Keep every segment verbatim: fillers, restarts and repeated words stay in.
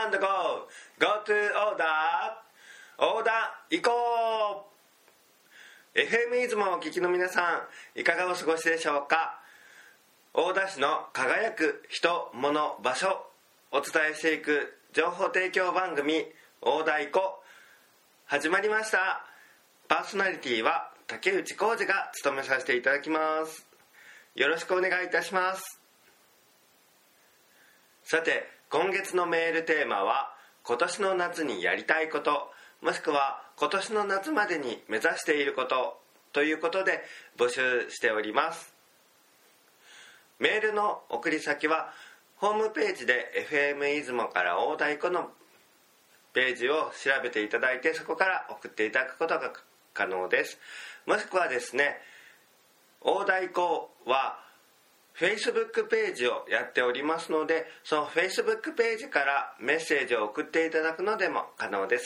アンドゴー Go to order オーダー行こう。 エフエム 出雲をお聞きの皆さん、いかがお過ごしでしょうか。大田市の輝く人物場所お伝えしていく情報提供番組オーダー行こう始まりました。パーソナリティは竹内浩二が務めさせていただきます。よろしくお願いいたします。さて、今月のメールテーマは今年の夏にやりたいこと、もしくは今年の夏までに目指していることということで募集しております。メールの送り先はホームページで エフエム 出雲から大太鼓のページを調べていただいて、そこから送っていただくことが可能です。もしくはですね、大太鼓は Facebook ページをやっておりますので、その Facebook ページからメッセージを送っていただくのでも可能です。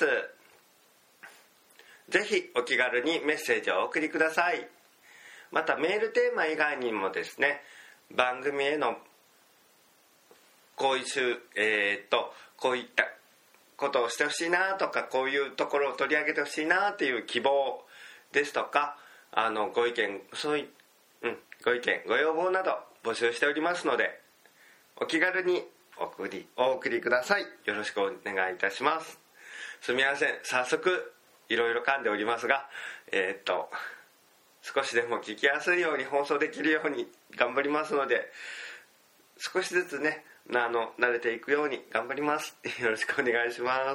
ぜひお気軽にメッセージをお送りください。またメールテーマ以外にもですね、番組へのこういう、えー、っとこういったことをしてほしいなとか、こういうところを取り上げてほしいなっていう希望ですとか、あのご意見そうい、うん、ご意見ご要望など募集しておりますので、お気軽にお送りお送りください。よろしくお願いいたします。すみません、早速いろいろ噛んでおりますが、えー、っと少しでも聞きやすいように放送できるように頑張りますので、少しずつね、あの慣れていくように頑張ります。よろしくお願いします。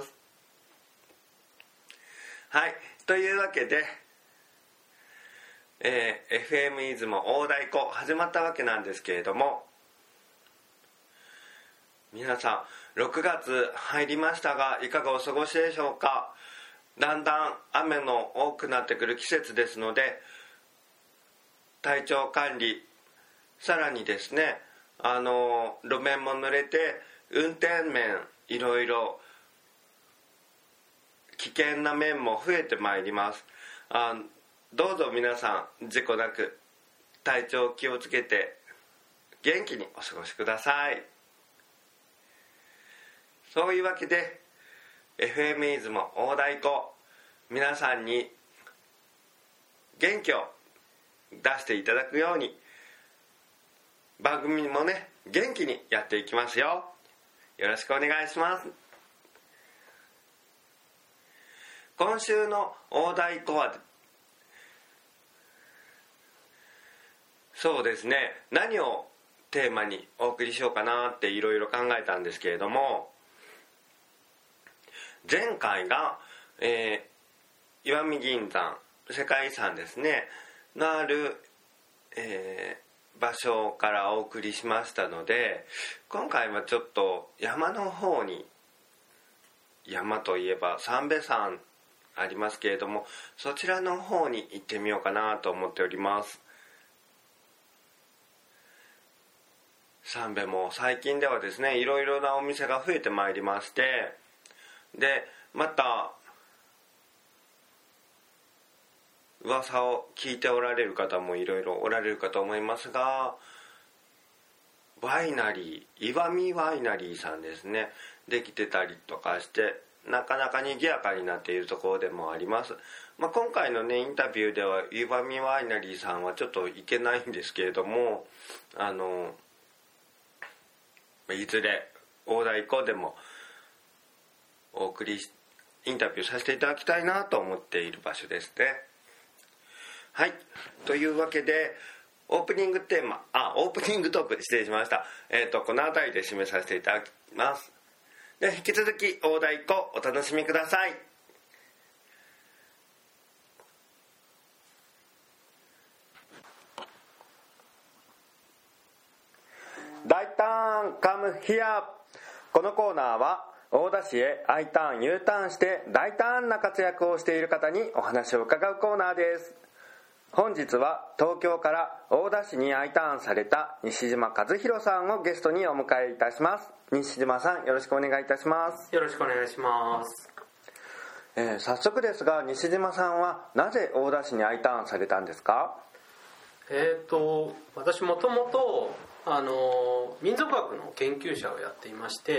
はい、というわけで、えー、エフエム 出雲大太鼓始まったわけなんですけれども、皆さんろくがつ入りましたが、いかがお過ごしでしょうか。だんだん雨の多くなってくる季節ですので、体調管理、さらにですね、あの路面も濡れて運転面いろいろ危険な面も増えてまいります。あどうぞ皆さん事故なく体調気をつけて元気にお過ごしください。そういうわけで エフエム 出雲大太鼓、皆さんに元気を出していただくように番組もね、元気にやっていきますよ。よろしくお願いします。今週の大太鼓はそうですね、何をテーマにお送りしようかなっていろいろ考えたんですけれども、前回が、えー、石見銀山世界遺産ですねのある、えー場所からお送りしましたので、今回はちょっと山の方に、山といえば三瓶山ありますけれども、そちらの方に行ってみようかなと思っております。三瓶も最近ではですね、いろいろなお店が増えてまいりまして、でまた噂を聞いておられる方もいろいろおられるかと思いますが、ワイナリー、石見ワイナリーさんですね、できてたりとかして、なかなか賑やかになっているところでもあります。まあ、今回のねインタビューでは石見ワイナリーさんはちょっと行けないんですけれども、あのいずれ大太鼓でもお送りしインタビューさせていただきたいなと思っている場所ですね。はい、というわけでオープニングテーマあオープニングトーク失礼しました。えっ、ー、とこの辺りで締めさせていただきます。で引き続き大太鼓お楽しみください。大胆カムヒア。このコーナーは大田市へ I ターン U ターンして大胆な活躍をしている方にお話を伺うコーナーです。本日は東京から大田市に I ターンされた西島和弘さんをゲストにお迎えいたします。西島さん、よろしくお願いいたします。 よろしくお願いします。 えー、早速ですが西島さんはなぜ大田市に I ターンされたんですか？ えーと私もともとあの民族学の研究者をやっていまして、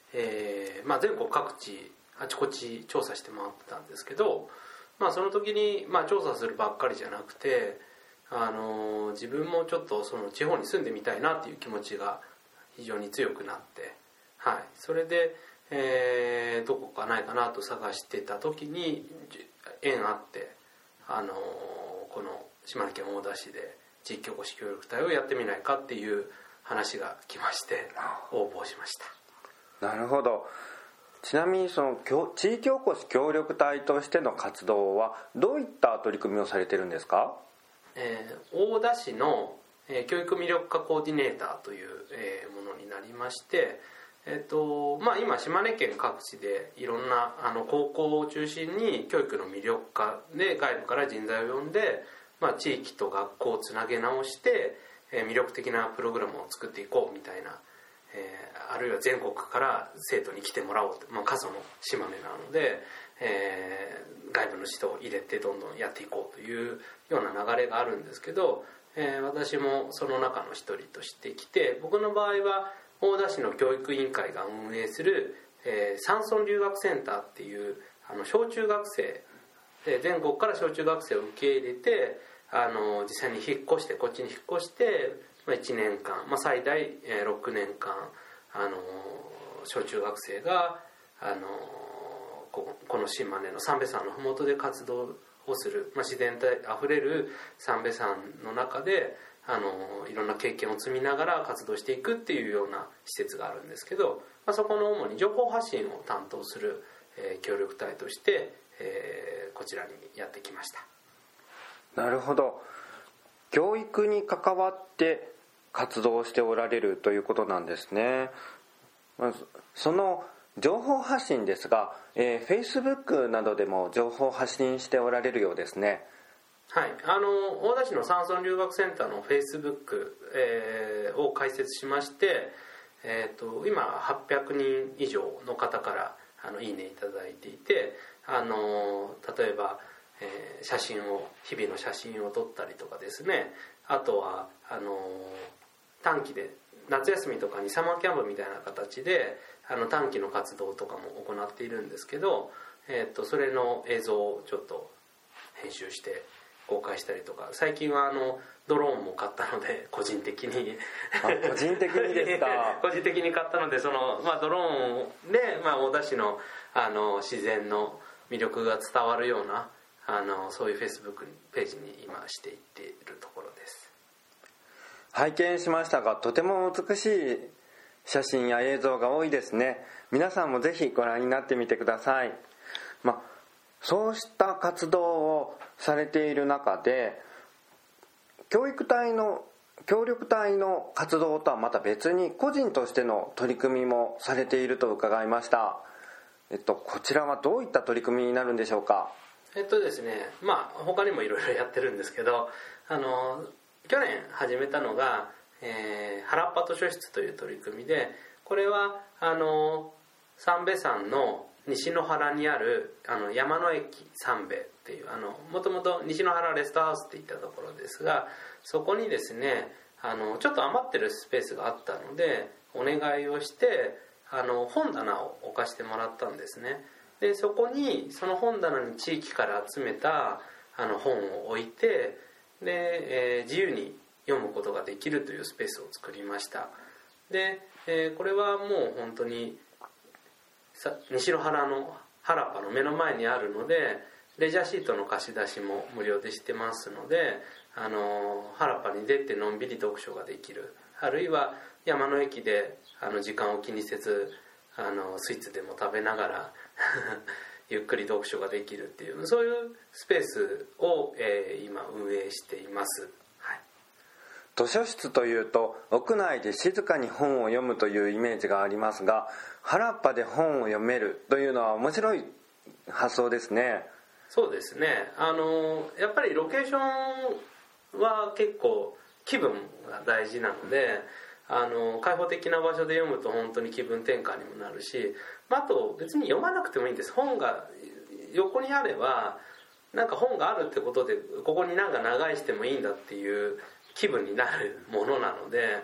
えーまあ、全国各地あちこち調査して回ってたんですけど、まあ、その時に、まあ、調査するばっかりじゃなくて、あのー自分もちょっとその地方に住んでみたいなっていう気持ちが非常に強くなって、はい、それで、えーどこかないかなと探してた時に縁あって、あのーこの島根県大田市で地域おこし協力隊をやってみないかっていう話が来まして応募しました。 なるほど。ちなみにその地域おこし協力隊としての活動はどういった取り組みをされてるんですか？ えー、大田市の、えー、教育魅力化コーディネーターという、えーものになりまして、えーとまあ、今島根県各地でいろんなあの高校を中心に教育の魅力化で外部から人材を呼んで、まあ、地域と学校をつなげ直して、えー、魅力的なプログラムを作っていこうみたいな、えー、あるいは全国から生徒に来てもらおうと、まあ、過疎の島根なので、えー、外部の人を入れてどんどんやっていこうというような流れがあるんですけど、えー、私もその中の一人として来て、僕の場合は大田市の教育委員会が運営する、えー、山村留学センターっていうあの小中学生で全国から小中学生を受け入れて、あの実際に引っ越してこっちに引っ越して、まあ、いちねんかん、まあ、最大、えー、ろくねんかん、あの小中学生が、あのこ, この島根の三瓶山の麓で活動をする、まあ、自然体あふれる三瓶山の中であのいろんな経験を積みながら活動していくっていうような施設があるんですけど、まあ、そこの主に情報発信を担当する、えー、協力隊として、えー、こちらにやってきました。 なるほど。教育に関わって活動しておられるということなんですね。まずその情報発信ですが、えー、Facebook などでも情報発信しておられるようですね。 はい、あの大田市の山村留学センターの Facebook、えー、を開設しまして、えー、と今はっぴゃくにん以上の方からあのいいねいただいていて、あの例えば、えー、写真を日々の写真を撮ったりとかですね、あとはあの短期で夏休みとかにサマーキャンプみたいな形であの短期の活動とかも行っているんですけど、えー、とそれの映像をちょっと編集して公開したりとか、最近はあのドローンも買ったので個人的に個人的にですか個人的に買ったのでその、まあ、ドローンで、まあ、大田市の、あの自然の魅力が伝わるようなあのそういうフェイスブックページに今していっているところです。 拝見しましたが、とても美しい写真や映像が多いですね。皆さんもぜひご覧になってみてください。まあ、そうした活動をされている中で、教育隊の協力隊の活動とはまた別に個人としての取り組みもされていると伺いました。えっと、こちらはどういった取り組みになるんでしょうか？ えっとですね、まあ他にもいろいろやってるんですけど、あの去年始めたのが、えー、原っぱ図書室という取り組みで、これはあの三瓶山の西の原にあるあの山の駅三瓶っていう、あのもともと西の原レストハウスっていったところですが、そこにですね、あのちょっと余ってるスペースがあったのでお願いをして、あの本棚を置かしてもらったんですね。でそこにその本棚に地域から集めたあの本を置いて、で、えー、自由に読むことができるというスペースを作りました。で、えー、これはもう本当に西の原の原っぱの目の前にあるので、レジャーシートの貸し出しも無料でしてますので、あの原っぱに出てのんびり読書ができる、あるいは山の駅であの時間を気にせずあのスイーツでも食べながらゆっくり読書ができるっていう、そういうスペースを、えー、今運営しています。はい、 図書室というと屋内で静かに本を読むというイメージがありますが、原っぱで本を読めるというのは面白い発想ですね。 そうですね、あのやっぱりロケーションは結構気分が大事なので、あの開放的な場所で読むと本当に気分転換にもなるし、あと別に読まなくてもいいんです。本が横にあれば、なんか本があるってことでここになんか長居してもいいんだっていう気分になるものなので、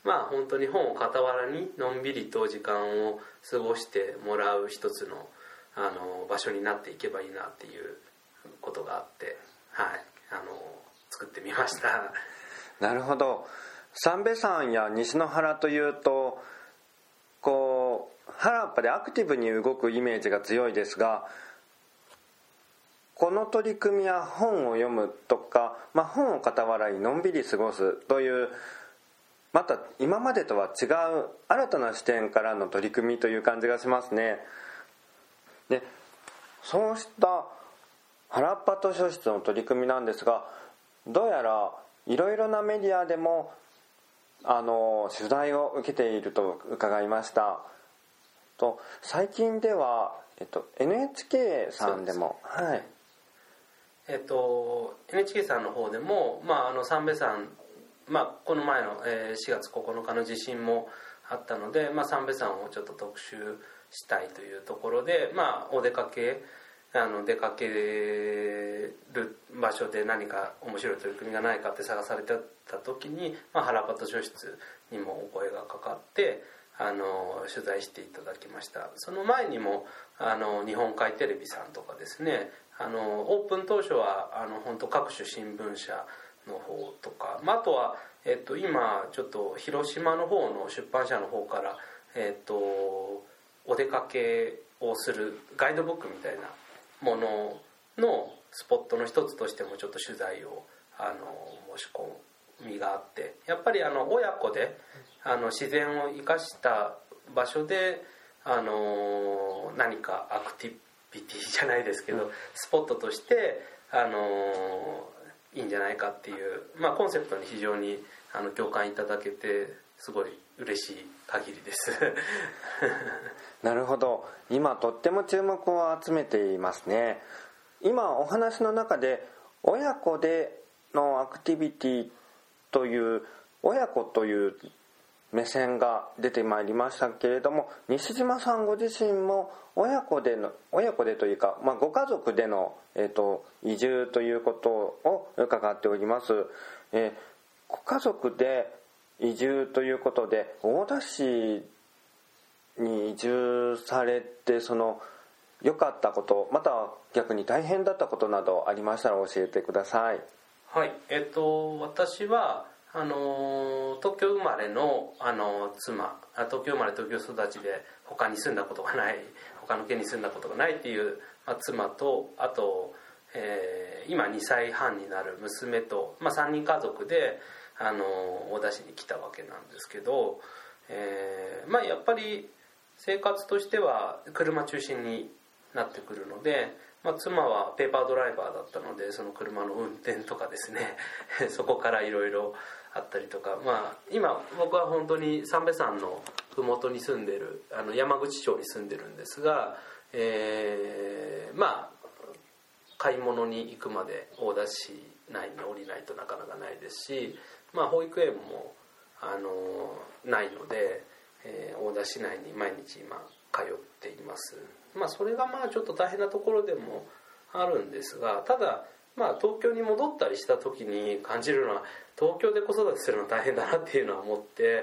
まあ本当に本を傍らにのんびりと時間を過ごしてもらう一つの、あの場所になっていけばいいなっていうことがあって、はい、あの作ってみました。 なるほど。三瓶山や西の原というとこう原っぱでアクティブに動くイメージが強いですが、この取り組みは本を読むとか、まあ、本を傍らにのんびり過ごすというまた今までとは違う新たな視点からの取り組みという感じがしますね。で、そうした原っぱ図書室の取り組みなんですが、どうやらいろいろなメディアでもあの取材を受けていると伺いました。と最近では、えっと、エヌエイチケー さんでもではいえっと、エヌエイチケー さんの方でも、まあ、あの三瓶山、まあ、この前の、えー、しがつここのかの地震もあったので、まあ、三瓶山をちょっと特集したいというところで、まあ、お出かけあの出かける場所で何か面白い取り組みがないかって探されてた時に、まあ、原っぱ図書室にもお声がかかってあの取材していただきました。その前にもあの日本海テレビさんとかですね、あのオープン当初はあの本当各種新聞社の方とか、まあ、あとは、えっと、今ちょっと広島の方の出版社の方から、えっと、お出かけをするガイドブックみたいなもののスポットの一つとしてもちょっと取材をあの申し込みがあって、やっぱりあの親子であの自然を生かした場所であの何かアクティビティじゃないですけど、スポットとしてあのいいんじゃないかっていう、まあ、コンセプトに非常にあの共感いただけてすごい嬉しい限りですなるほど。今とっても注目を集めていますね。今お話の中で親子でのアクティビティという親子という目線が出てまいりましたけれども、西島さんご自身も親子での親子でというか、まあ、ご家族での、えーと、移住ということを伺っております。えー、ご家族で移住ということで大田市に移住されて、その良かったこと、また逆に大変だったことなどありましたら教えてください。 はい、えっと私はあの東京生まれの、あの妻、東京生まれ東京育ちで他に住んだことがない他の県に住んだことがないっていう、まあ、妻と、あと、えー、今にさいはんになる娘と、まあ、さんにん家族で、あの大田市に来たわけなんですけど、えーまあ、やっぱり生活としては車中心になってくるので、まあ、妻はペーパードライバーだったので、その車の運転とかですねそこからいろいろあったりとか、まあ、今僕は本当に三瓶山の麓に住んでるあの山口町に住んでるんですが、えー、まあ買い物に行くまで大田市内に降りないとなかなかないですし、まあ、保育園もあのないので、えー、大田市内に毎日今通っています。まあ、それがまあちょっと大変なところでもあるんですが、ただまあ東京に戻ったりした時に感じるのは、東京で子育てするの大変だなっていうのは思って、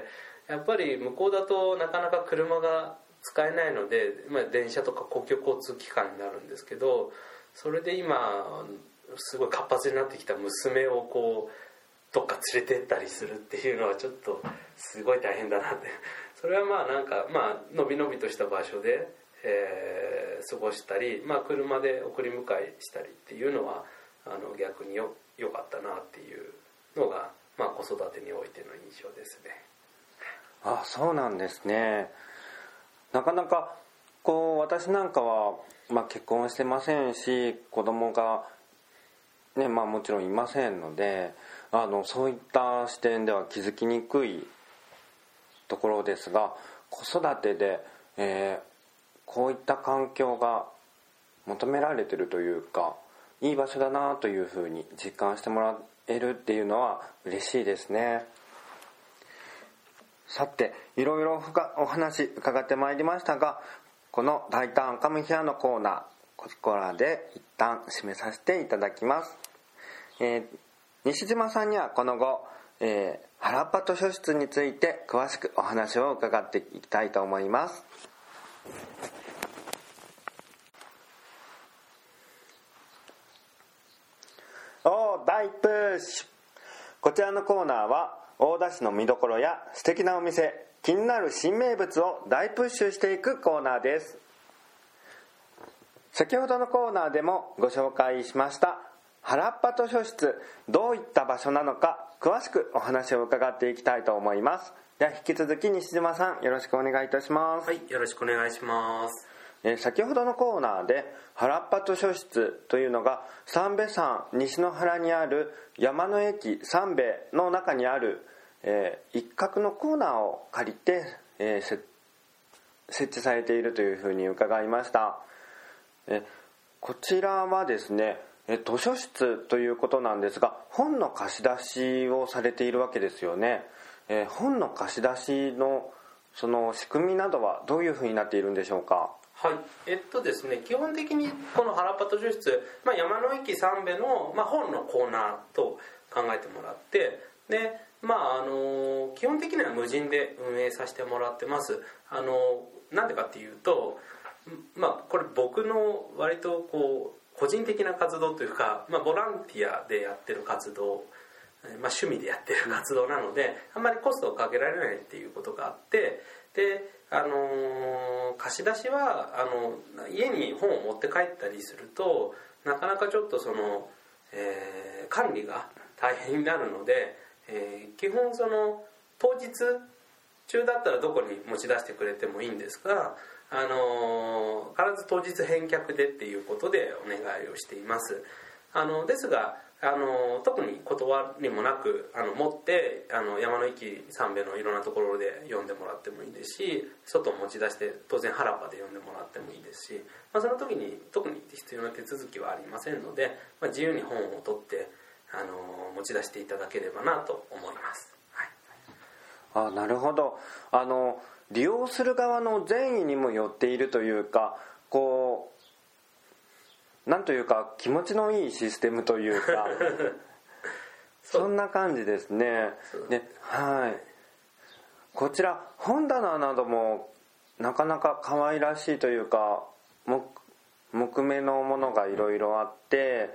やっぱり向こうだとなかなか車が使えないので、まあ、電車とか公共交通機関になるんですけど、それで今すごい活発になってきた娘をこうどっか連れてったりするっていうのはちょっとすごい大変だなって。それはまあなんかまあのびのびとした場所で、えー、過ごしたり、まあ、車で送り迎えしたりっていうのはあの逆によ良かったなっていうのが、まあ、子育てにおいての印象ですね。 あ、そうなんですね。なかなかこう私なんかは、まあ、結婚してませんし、子供がね、まあもちろんいませんので、あのそういった視点では気づきにくいところですが、子育てで、えー、こういった環境が求められているというか、いい場所だなというふうに実感してもらえるっていうのは嬉しいですね。さて、いろいろお話伺ってまいりましたが、この大胆カムヒアのコーナー、ここらで一旦締めさせていただきます。えー、西島さんにはこの後、えー、 原っぱ図書室について詳しくお話を伺っていきたいと思います。おー大プッシュ。こちらのコーナーは大田市の見どころや素敵なお店、気になる新名物を大プッシュしていくコーナーです。先ほどのコーナーでもご紹介しました原っぱ図書室、どういった場所なのか詳しくお話を伺っていきたいと思います。では引き続き西島さん、よろしくお願いいたします。 はい、よろしくお願いします。 えー、先ほどのコーナーで原っぱ図書室というのが三瓶山西の原にある山の駅三瓶の中にある、えー、一角のコーナーを借りて、えー、設置されているというふうに伺いました。えー、こちらはですね、えー、図書室ということなんですが、本の貸し出しをされているわけですよね。えー、本の貸し出しのその仕組みなどはどういうふうになっているんでしょうか。 はい、えっとですね、基本的にこの原っぱ図書室、まあ、山の駅三瓶の、まあ、本のコーナーと考えてもらって、で、まああの基本的には無人で運営させてもらってます。あのなんでかっていうと、まあ、これ僕の割とこう個人的な活動というか、まあ、ボランティアでやってる活動、まあ、趣味でやってる活動なので、あんまりコストをかけられないっていうことがあって、で、あのー、貸し出しはあの家に本を持って帰ったりするとなかなかちょっとその、えー、管理が大変になるので、えー、基本その当日中だったらどこに持ち出してくれてもいいんですが、あのー、必ず当日返却でっていうことでお願いをしています。あのですがあの特に断りもなくあの持ってあの山の駅三瓶のいろんなところで読んでもらってもいいですし、外を持ち出して当然原っぱで読んでもらってもいいですし、まあ、その時に特に必要な手続きはありませんので、まあ、自由に本を取ってあの持ち出していただければなと思います。 はい、あ、なるほど。あの利用する側の善意にもよっているというか、こうなんというか気持ちのいいシステムというかそんな感じですね。で、はい、こちら本棚などもなかなか可愛らしいというか 木, 木目のものがいろいろあって、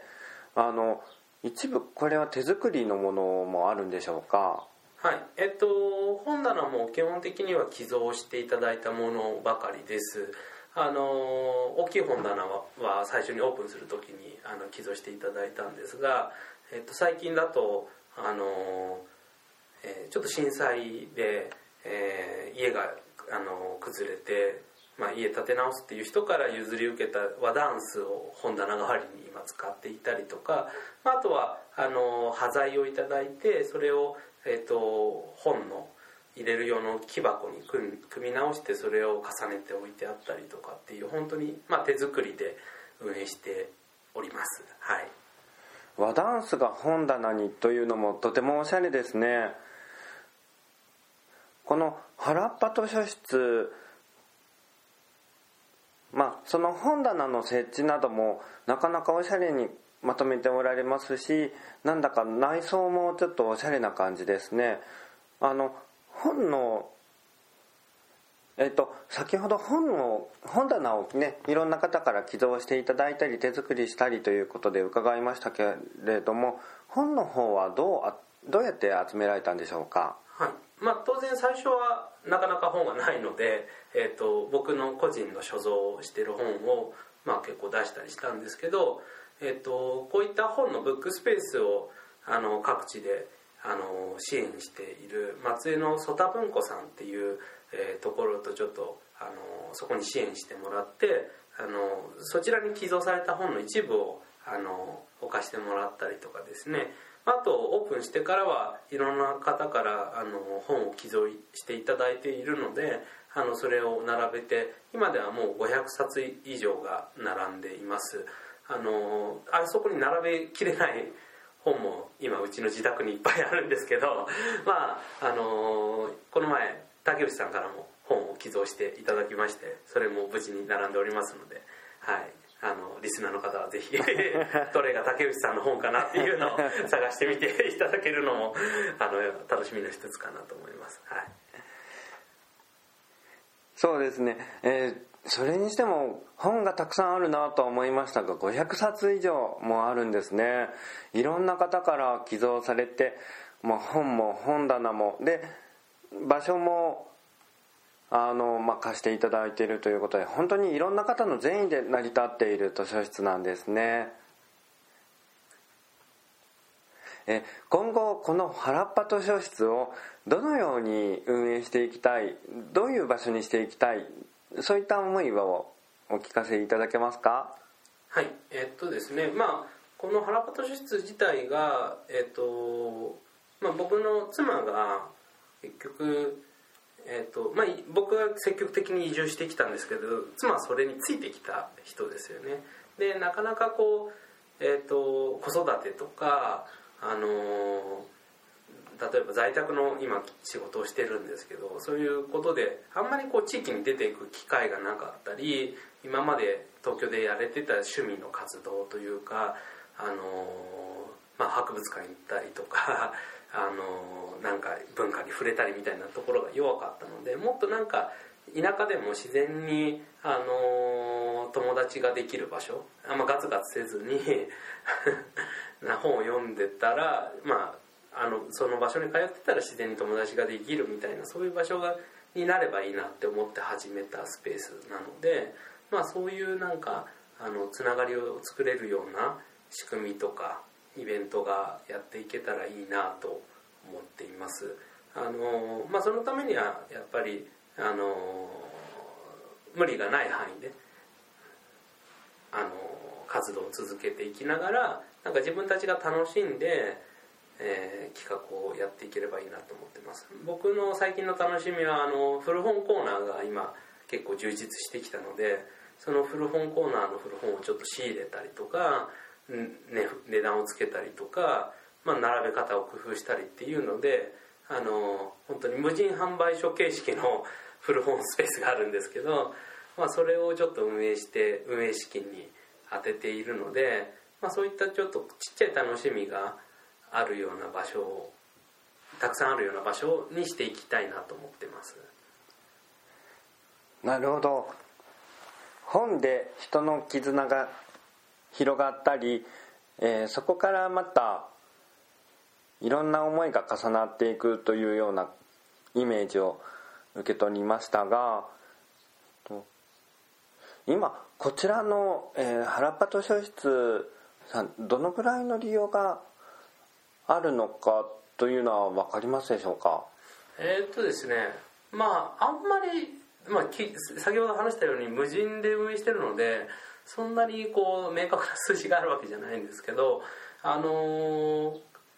あの一部これは手作りのものもあるんでしょうか。 はい、えっと本棚も基本的には寄贈していただいたものばかりです。あの大きい本棚 は, は最初にオープンするときにあの寄贈していただいたんですが、えっと、最近だと、あのえー、ちょっと震災で、えー、家があの崩れて、まあ、家建て直すっていう人から譲り受けた和ダンスを本棚代わりに今使っていたりとか、まあ、あとはあの端材をいただいてそれを、えっと、本の入れる用の木箱に組み直してそれを重ねて置いてあったりとかっていう本当に、まあ、手作りで運営しております。はい、 和ダンスが本棚にというのもとてもおしゃれですね。この原っぱ図書室、まあその本棚の設置などもなかなかおしゃれにまとめておられますし、なんだか内装もちょっとおしゃれな感じですね。あの本のえっと先ほど本の本棚をねいろんな方から寄贈していただいたり手作りしたりということで伺いましたけれども、本の方はどうどうやって集められたんでしょうか。 はい、まあ、当然最初はなかなか本がないので、えー、と僕の個人の所蔵している本を、まあ、結構出したりしたんですけど、えー、とこういった本のブックスペースをあの各地であの支援している松江の曽田文庫さんっていう、えー、ところとちょっとあのそこに支援してもらってあのそちらに寄贈された本の一部をあの置かしてもらったりとかですね、あとオープンしてからはいろんな方からあの本を寄贈していただいているので、あのそれを並べて今ではもうごひゃくさつ以上が並んでいます。あのあそこに並べきれない本も今うちの自宅にいっぱいあるんですけど、まああのこの前竹内さんからも本を寄贈していただきまして、それも無事に並んでおりますので、はい、 あのリスナーの方はぜひどれが竹内さんの本かなっていうのを探してみていただけるのもあの楽しみの一つかなと思います。はい、 そうですね、えー、それにしても本がたくさんあるなと思いましたが、ごひゃくさつ以上もあるんですね。いろんな方から寄贈されて、もう本も本棚もで場所もあの、まあ、貸していただいているということで、本当にいろんな方の善意で成り立っている図書室なんですね。え今後この原っぱ図書室をどのように運営していきたい、どういう場所にしていきたい、そういった思いをお聞かせいただけますか？ はい、えっとですね、まあこの原っぱ図書室自体が、えっとまあ、僕の妻が結局えーとまあ、僕が積極的に移住してきたんですけど、妻はそれについてきた人ですよね。でなかなかこう、えーと、子育てとか、あのー、例えば在宅の今仕事をしてるんですけど、そういうことであんまりこう地域に出ていく機会がなかったり、今まで東京でやれてた趣味の活動というか、あのーまあ、博物館に行ったりとかあのなんか文化に触れたりみたいなところが弱かったので、もっとなんか田舎でも自然に、あの友達ができる場所、あんまガツガツせずに本を読んでたら、まあ、あのその場所に通ってたら自然に友達ができるみたいな、そういう場所がになればいいなって思って始めたスペースなので、まあ、そういうなんかあのつながりを作れるような仕組みとかイベントがやっていけたらいいなと思っています。あの、まあ、そのためにはやっぱりあの無理がない範囲であの活動を続けていきながら、なんか自分たちが楽しんで、えー、企画をやっていければいいなと思ってます。僕の最近の楽しみはあの古本コーナーが今結構充実してきたので、その古本コーナーの古本をちょっと仕入れたりとか、ね、値段をつけたりとか、まあ、並べ方を工夫したりっていうので、あの本当に無人販売所形式の古本スペースがあるんですけど、まあ、それをちょっと運営して運営資金に当てているので、まあ、そういったちょっとちっちゃい楽しみがあるような場所をたくさんあるような場所にしていきたいなと思ってます。 なるほど。本で人の絆が広がったり、えー、そこからまたいろんな思いが重なっていくというようなイメージを受け取りましたが、今こちらの、えー、原っぱ図書室さん、どのくらいの利用があるのかというのは分かりますでしょうか？ えー、っとですねまああんまり、まあ、き先ほど話したように無人で運営してるので、そんなにこう明確な数字があるわけじゃないんですけど、あのー、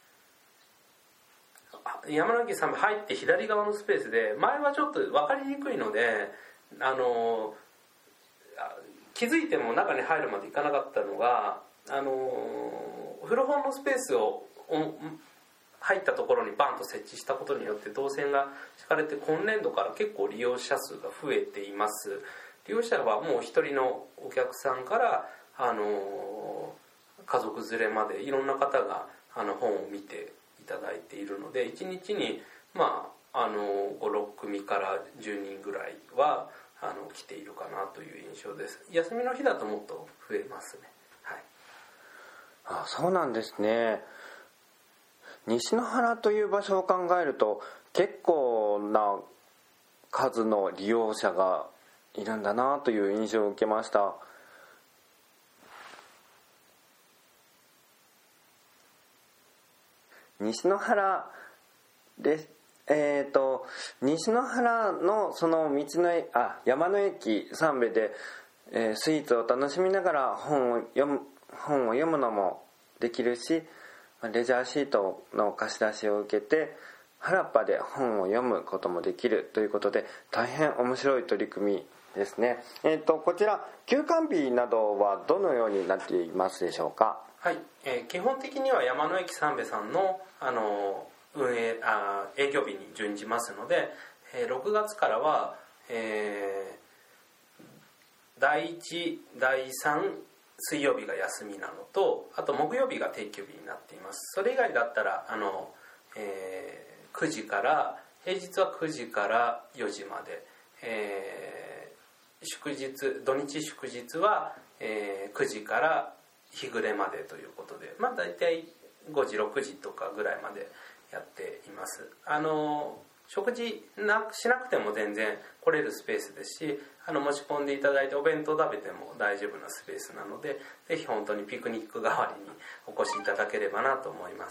山の木さんが入って左側のスペースで、前はちょっと分かりにくいので、あのー、気づいても中に入るまでいかなかったのが、あのー、古本のスペースを入ったところにバンと設置したことによって動線が敷かれて、今年度から結構利用者数が増えています。利用者はもう一人のお客さんから、あの家族連れまでいろんな方があの本を見ていただいているので、いちにちに、まあ、あのご、ろく組からじゅうにんぐらいはあの来ているかなという印象です。休みの日だともっと増えますね。はい、 あ、そうなんですね。西の原という場所を考えると結構な数の利用者がいるんだなという印象を受けました。西の原で、えーと、西の原のその道のあ山の駅三部で、えー、スイーツを楽しみながら本を読む本を読むのもできるし、レジャーシートの貸し出しを受けて原っぱで本を読むこともできるということで、大変面白い取り組みですね。えーと、こちら休館日などはどのようになっていますでしょうか？ はい、えー、基本的には山の駅三部さんの、あの運営あ営業日に準じますので、えー、ろくがつからは、えー、だいいちだいさん水曜日が休みなのと、あと木曜日が定休日になっています。それ以外だったらあの、えー、くじから平日はくじからよじまで、えー、祝日土日祝日は、えー、くじから日暮れまでということで、まあ大体ごじろくじとかぐらいまでやっています。あの食事なしなくても全然来れるスペースですし、あの持ち込んでいただいてお弁当食べても大丈夫なスペースなので、ぜひ本当にピクニック代わりにお越しいただければなと思います。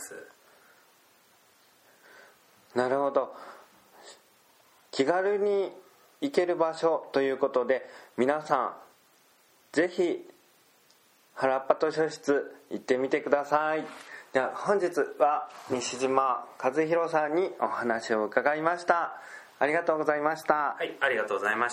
なるほど。気軽に行ける場所ということで、皆さんぜひ原っぱ図書室行ってみてください。では本日は西島和弘さんにお話を伺いました。ありがとうございました。 はい、ありがとうございました。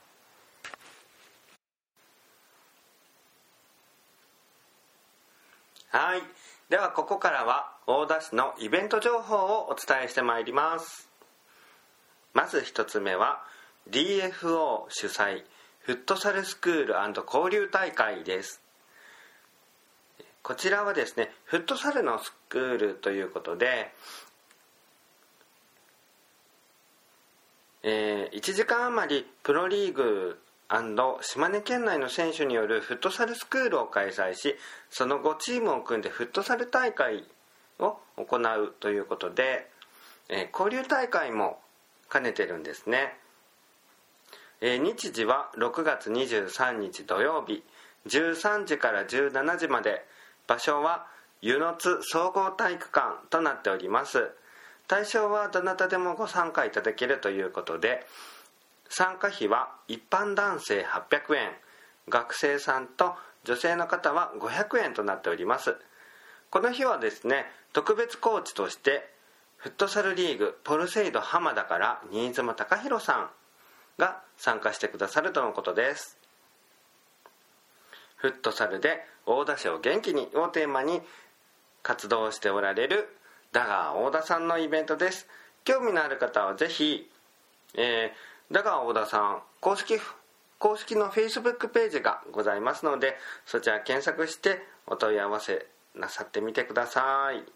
はい、ではここからは大田市のイベント情報をお伝えしてまいります。まず一つ目は ディーエフオー 主催フットサルスクール&交流大会です。こちらはですね、フットサルのスクールということで、えー、いちじかん余りプロリーグ&島根県内の選手によるフットサルスクールを開催し、その後チームを組んでフットサル大会を行うということで、えー、交流大会も兼ねてるんですね。えー、日時はろくがつにじゅうさんにち土曜日じゅうさんじからじゅうしちじまで、場所は湯の津総合体育館となっております。対象はどなたでもご参加いただけるということで、参加費は一般男性はっぴゃくえん、学生さんと女性の方はごひゃくえんとなっております。この日はですね、特別コーチとしてフットサルリーグポルセイド浜田から新妻貴弘さんが参加してくださるとのことです。フットサルで大田市を元気にをテーマに活動しておられるダガー大田さんのイベントです。興味のある方はぜひ、えー、ダガー大田さん公式公式の Facebook ページがございますので、そちら検索してお問い合わせなさってみてください。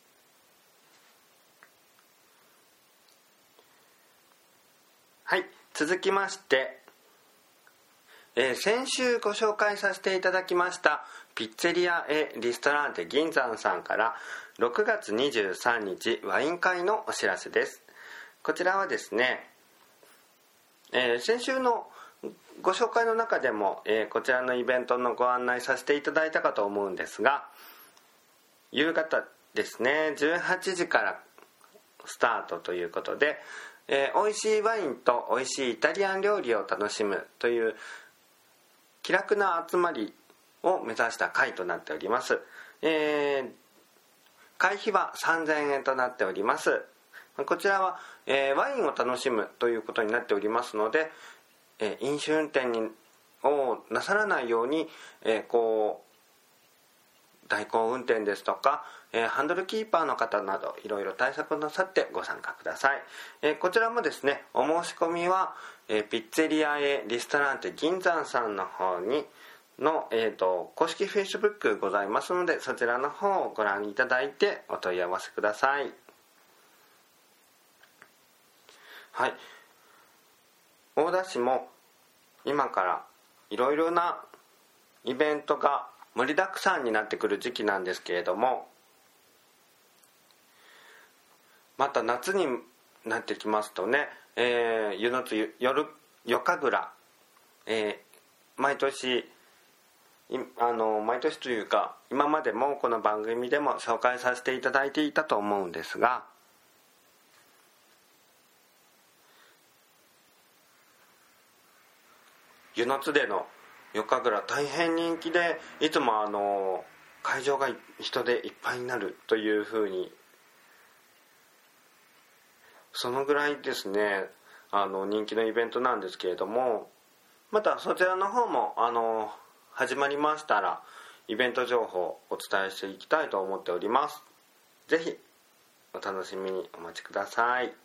はい、続きましてえー、先週ご紹介させていただきましたピッツェリア・エ・リストランテ銀山さんからろくがつにじゅうさんにちワイン会のお知らせです。こちらはですね、えー、先週のご紹介の中でも、えー、こちらのイベントのご案内させていただいたかと思うんですが、夕方ですねじゅうはちじからスタートということで、えー、美味しいワインと美味しいイタリアン料理を楽しむという気楽な集まりを目指した会となっております。えー、会費はさんぜんえんとなっております。こちらは、えー、ワインを楽しむということになっておりますので、えー、飲酒運転にをなさらないように、えー、こう代行運転ですとか、えー、ハンドルキーパーの方などいろいろ対策をなさってご参加ください。えー、こちらもですね、お申し込みは、えー、ピッツェリアへリストランテ銀山さんの方にの、えー、と公式 Facebook ございますので、そちらの方をご覧いただいてお問い合わせください。はい、大田市も今からいろいろなイベントが盛りだくさんになってくる時期なんですけれども、また夏になってきますとね、えー、湯の津夜夜神楽、えー、毎年あの毎年というか今までもこの番組でも紹介させていただいていたと思うんですが、湯の津での夜神楽大変人気で、いつもあの会場が人でいっぱいになるというふうに、そのぐらいですね、あの人気のイベントなんですけれども、またそちらの方もあの始まりましたらイベント情報をお伝えしていきたいと思っております。ぜひお楽しみにお待ちください。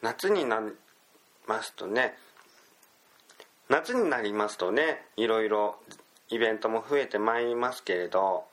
夏になりますとね夏になりますとねいろいろイベントも増えてまいりますけれど、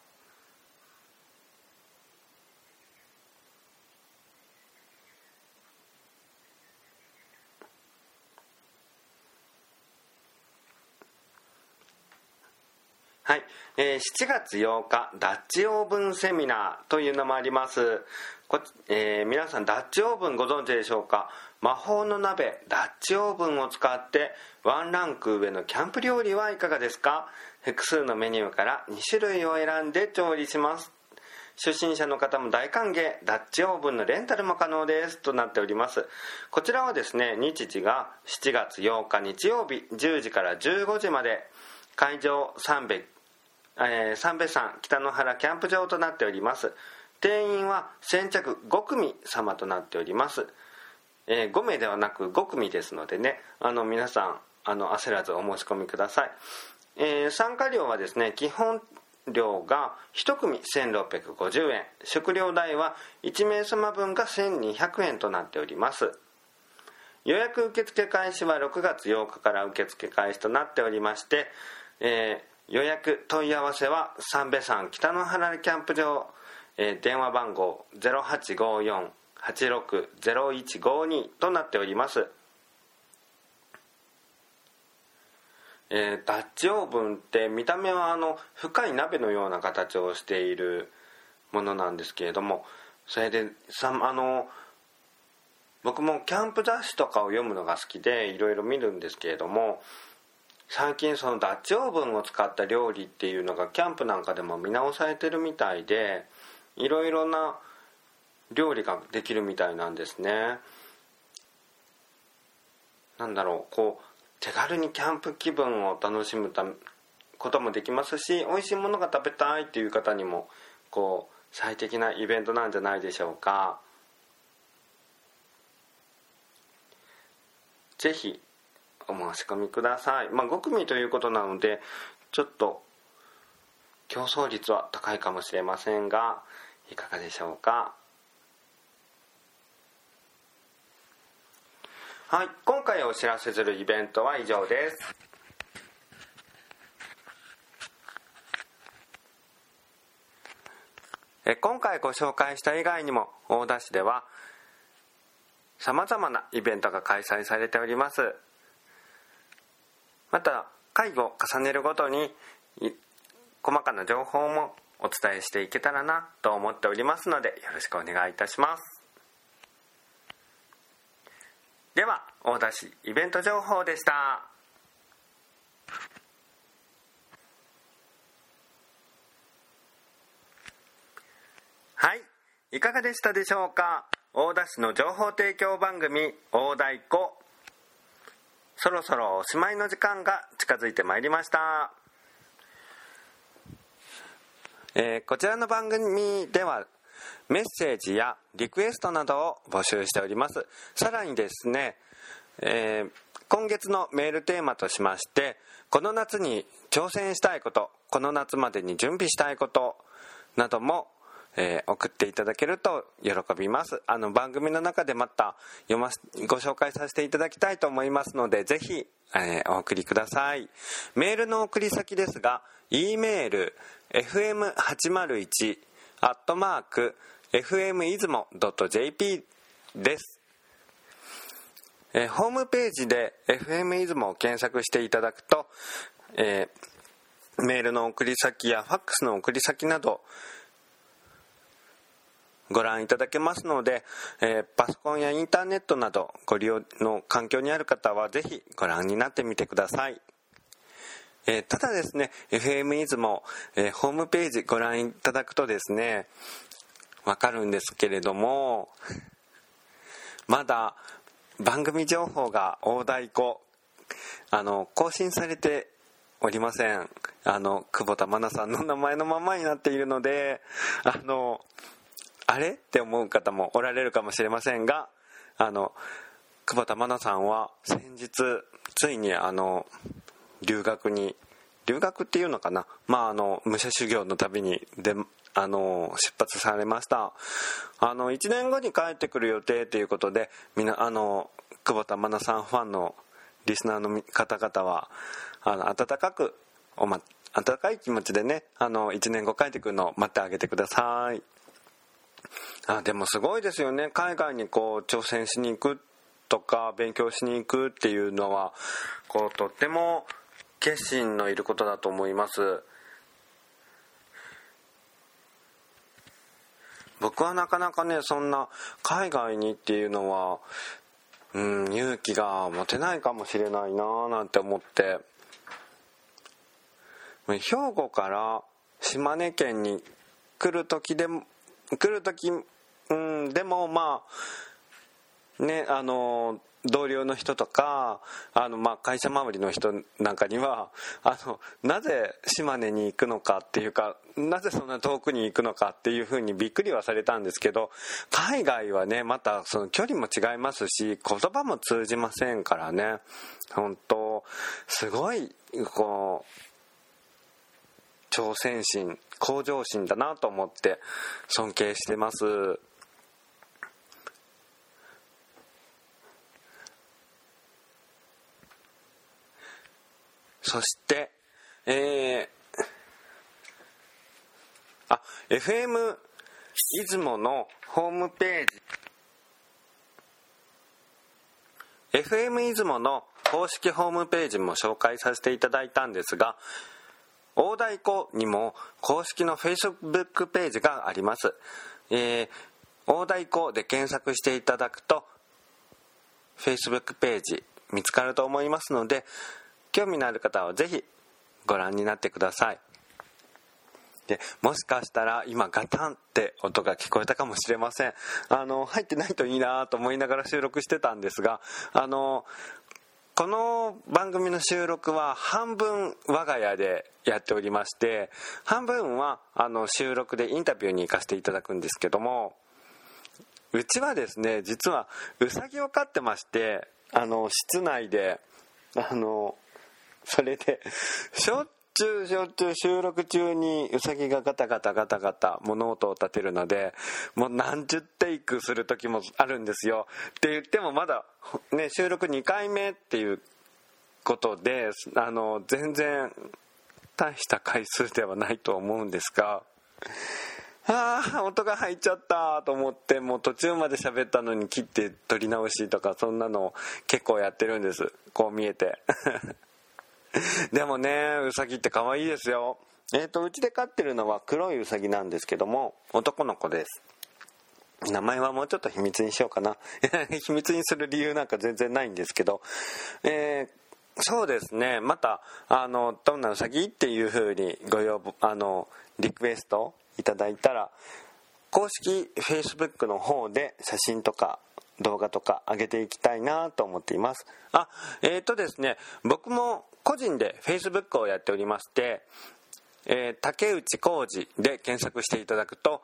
はい、えー、しちがつようかダッチオーブンセミナーというのもあります。こ、えー、皆さんダッチオーブンご存知でしょうか。魔法の鍋ダッチオーブンを使ってワンランク上のキャンプ料理はいかがですか。複数のメニューからにしゅるいを選んで調理します。初心者の方も大歓迎。ダッチオーブンのレンタルも可能ですとなっております。こちらはですね、日時がしちがつようか日曜日じゅうじからじゅうごじまで、会場三瓶えー、三瓶山北の原キャンプ場となっております。定員は先着ごくみ様となっております。えー、ごめいではなくごくみですのでね、あの皆さんあの焦らずお申し込みください。えー、参加料はですね、基本料がいち組せんろっぴゃくごじゅうえん、食料代はいちめい様分がせんにひゃくえんとなっております。予約受付開始はろくがつようかから受付開始となっておりまして、えー予約問い合わせは三瓶山北の原キャンプ場、えー、電話番号 ゼロはちごよん はちろく ゼロいちごに となっております。えー、ダッチオーブンって見た目はあの深い鍋のような形をしているものなんですけれども、それでさあの僕もキャンプ雑誌とかを読むのが好きでいろいろ見るんですけれども、最近そのダッチオーブンを使った料理っていうのがキャンプなんかでも見直されてるみたいで、いろいろな料理ができるみたいなんですね。なんだろう、こう手軽にキャンプ気分を楽しむためこともできますし、美味しいものが食べたいっていう方にもこう最適なイベントなんじゃないでしょうか。ぜひお申し込みください。まあご組ということなのでちょっと競争率は高いかもしれませんが、いかがでしょうか。はい、今回お知らせするイベントは以上です。え今回ご紹介した以外にも大田市ではさまざまなイベントが開催されております。また回を重ねるごとに細かな情報もお伝えしていけたらなと思っておりますので、よろしくお願いいたします。では大田市イベント情報でした。はい、いかがでしたでしょうか。大田市の情報提供番組大太鼓、そろそろおしまいの時間が近づいてまいりました。えー、こちらの番組ではメッセージやリクエストなどを募集しております。さらにですね、えー、今月のメールテーマとしまして、この夏に挑戦したいこと、この夏までに準備したいことなどもえー、送っていただけると喜びます。あの番組の中でまた読まご紹介させていただきたいと思いますので、ぜひ、えー、お送りください。メールの送り先ですが、E メール エフエムはちまるいち アットマーク エフエムイズモ ドット ジェーピー です。えー、ホームページで エフエム イズモを検索していただくと、えー、メールの送り先やファックスの送り先などご覧いただけますので、えー、パソコンやインターネットなどご利用の環境にある方はぜひご覧になってみてください。えー、ただですね、 エフエム イズモ、えー、ホームページご覧いただくとですね、わかるんですけれども、まだ番組情報が大太鼓あの更新されておりません。あの久保田愛菜さんの名前のままになっているので、あのあれって思う方もおられるかもしれませんが、あの久保田愛菜さんは先日ついにあの留学に留学っていうのかな、まああの武者修行の旅にであの出発されました。あのいちねんごに帰ってくる予定ということで、みんなあの久保田愛菜さんファンのリスナーの方々はあの温かくおま温かい気持ちでね、あのいちねんご帰ってくるのを待ってあげてください。あでもすごいですよね、海外にこう挑戦しに行くとか勉強しに行くっていうのはこうとっても決心のいることだと思います。僕はなかなかねそんな海外にっていうのは、うん、勇気が持てないかもしれないななんて思って、兵庫から島根県に来る時でも来る時、うん、でもまあねあの同僚の人とかあの、まあ、会社周りの人なんかにはあのなぜ島根に行くのかっていうか、なぜそんな遠くに行くのかっていうふうにびっくりはされたんですけど、海外はねまたその距離も違いますし言葉も通じませんからね、本当すごいこう挑戦心向上心だなと思って尊敬してます。そして、えー、あ、エフエム 出雲のホームページ、エフエム 出雲の公式ホームページも紹介させていただいたんですが、大太鼓にも公式の Facebook ページがあります。えー、大太鼓で検索していただくと Facebook ページ見つかると思いますので、興味のある方はぜひご覧になってください。でもしかしたら今ガタンって音が聞こえたかもしれません。あの入ってないといいなと思いながら収録してたんですが、あのこの番組の収録は半分我が家でやっておりまして、半分はあの収録でインタビューに行かせていただくんですけども、うちはですね実はウサギを飼ってまして、あの室内であのそれでしょっちゅうしょっちゅう収録中にウサギがガタガタガタガタ物音を立てるので、もう何十テイクする時もあるんですよ。って言ってもまだね収録にかいめっていうことで、あの全然大した回数ではないと思うんですが、あー音が入っちゃったと思って、もう途中まで喋ったのに切って撮り直しとかそんなの結構やってるんです、こう見えてでもねウサギって可愛いですよ。えーとうちで飼ってるのは黒いウサギなんですけども、男の子です。名前はもうちょっと秘密にしようかな秘密にする理由なんか全然ないんですけど、えー、そうですね、またあのどんなウサギっていう風にご要望あのリクエストいただいたら、公式 Facebook の方で写真とか動画とか上げていきたいなと思っています。あ、えーとですね、僕も個人で Facebook をやっておりまして、えー、竹内浩二で検索していただくと、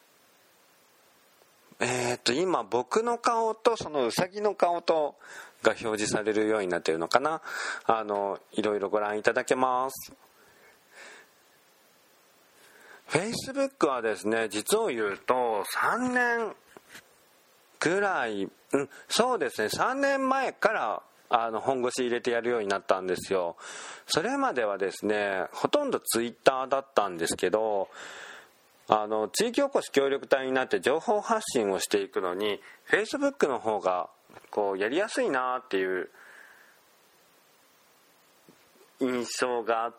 えーと今僕の顔とそのウサギの顔とが表示されるようになっているのかな、あのいろいろご覧いただけます。Facebook はですね、実を言うとさんねんぐらい、うん、そうですね、さんねんまえからあの本腰入れてやるようになったんですよ。それまではですねほとんど Twitter だったんですけど、あの地域おこし協力隊になって情報発信をしていくのに Facebook の方がこうやりやすいなっていう印象があって、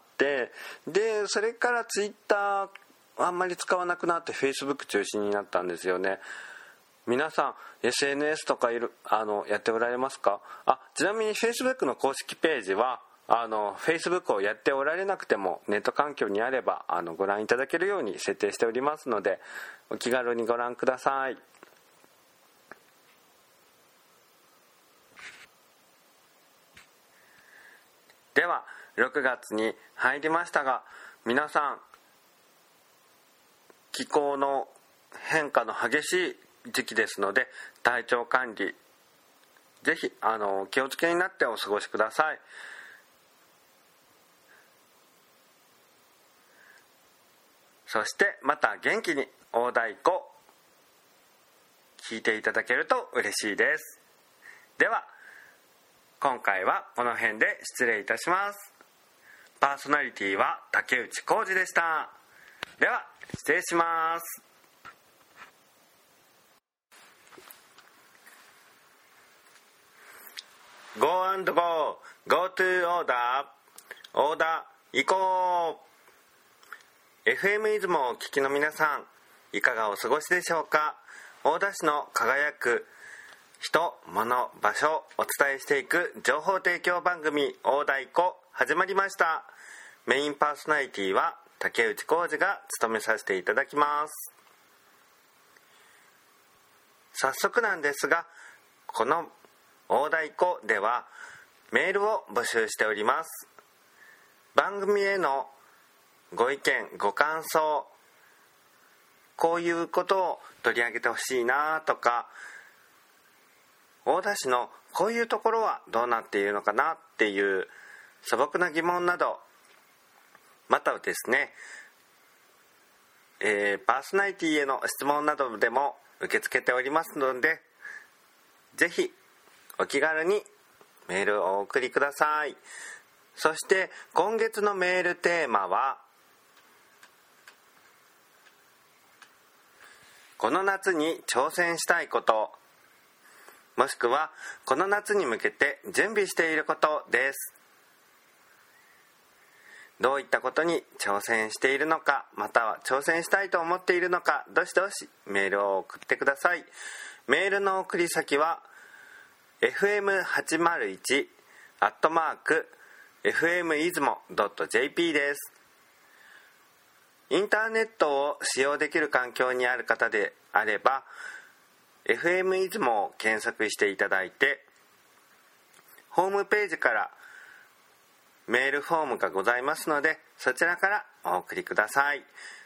でそれから Twitter あんまり使わなくなって Facebook 中心になったんですよね。皆さん エスエヌエス とかいるあのやっておられますか？あ、ちなみに Facebook の公式ページはあの Facebook をやっておられなくてもネット環境にあればあのご覧いただけるように設定しておりますので、お気軽にご覧ください。ではろくがつに入りましたが、皆さん気候の変化の激しい時期ですので、体調管理ぜひあの気をつけになってお過ごしください。 そしてまた元気に大太鼓聴いていただけると嬉しいです。では今回はこの辺で失礼いたします。パーソナリティは竹内浩二でした。では失礼します。ゴーアンドゴー Go to オーダーオーダー行こう。 エフエム 出雲をお聞きの皆さん、いかがお過ごしでしょうか。大田市の輝く人、物、場所をお伝えしていく情報提供番組大太鼓始まりました。メインパーソナリティは竹内浩二が務めさせていただきます。早速なんですが、この大太鼓ではメールを募集しております。番組へのご意見ご感想、こういうことを取り上げてほしいなとか、大田市のこういうところはどうなっているのかなっていう素朴な疑問など、またはですね、えー、パーソナリティへの質問などでも受け付けておりますので、ぜひお気軽にメールをお送りください。そして今月のメールテーマは、この夏に挑戦したいこと、もしくはこの夏に向けて準備していることです。どういったことに挑戦しているのか、または挑戦したいと思っているのか、どしどしメールを送ってください。メールの送り先は エフエムはちまるいち アットマーク エフエムイズモ ドット ジェーピー です。インターネットを使用できる環境にある方であれば エフエム イズモを検索していただいて、ホームページからメールフォームがございますので、そちらからお送りください。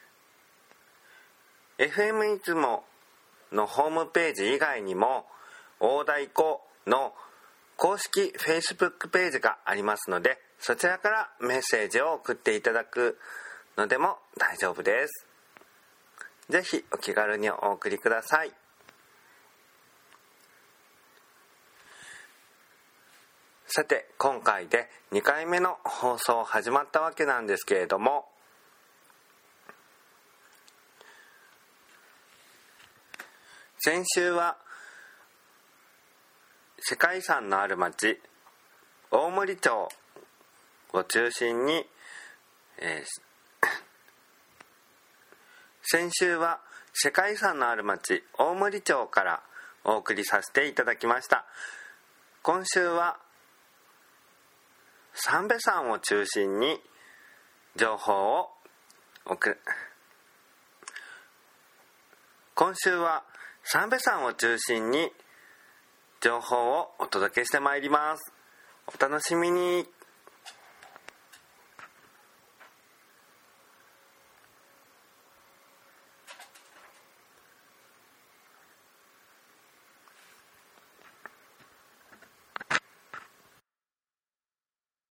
エフエム イズモのホームページ以外にも大太鼓の公式 Facebook ページがありますので、そちらからメッセージを送っていただくのでも大丈夫です。ぜひお気軽にお送りください。さて今回でにかいめの放送始まったわけなんですけれども、先週は世界遺産のある町大森町を中心に、えー、先週は世界遺産のある町大森町からお送りさせていただきました。今週は三瓶山を中心に情報を送る今週は三瓶山を中心に情報をお届けしてまいります。お楽しみに。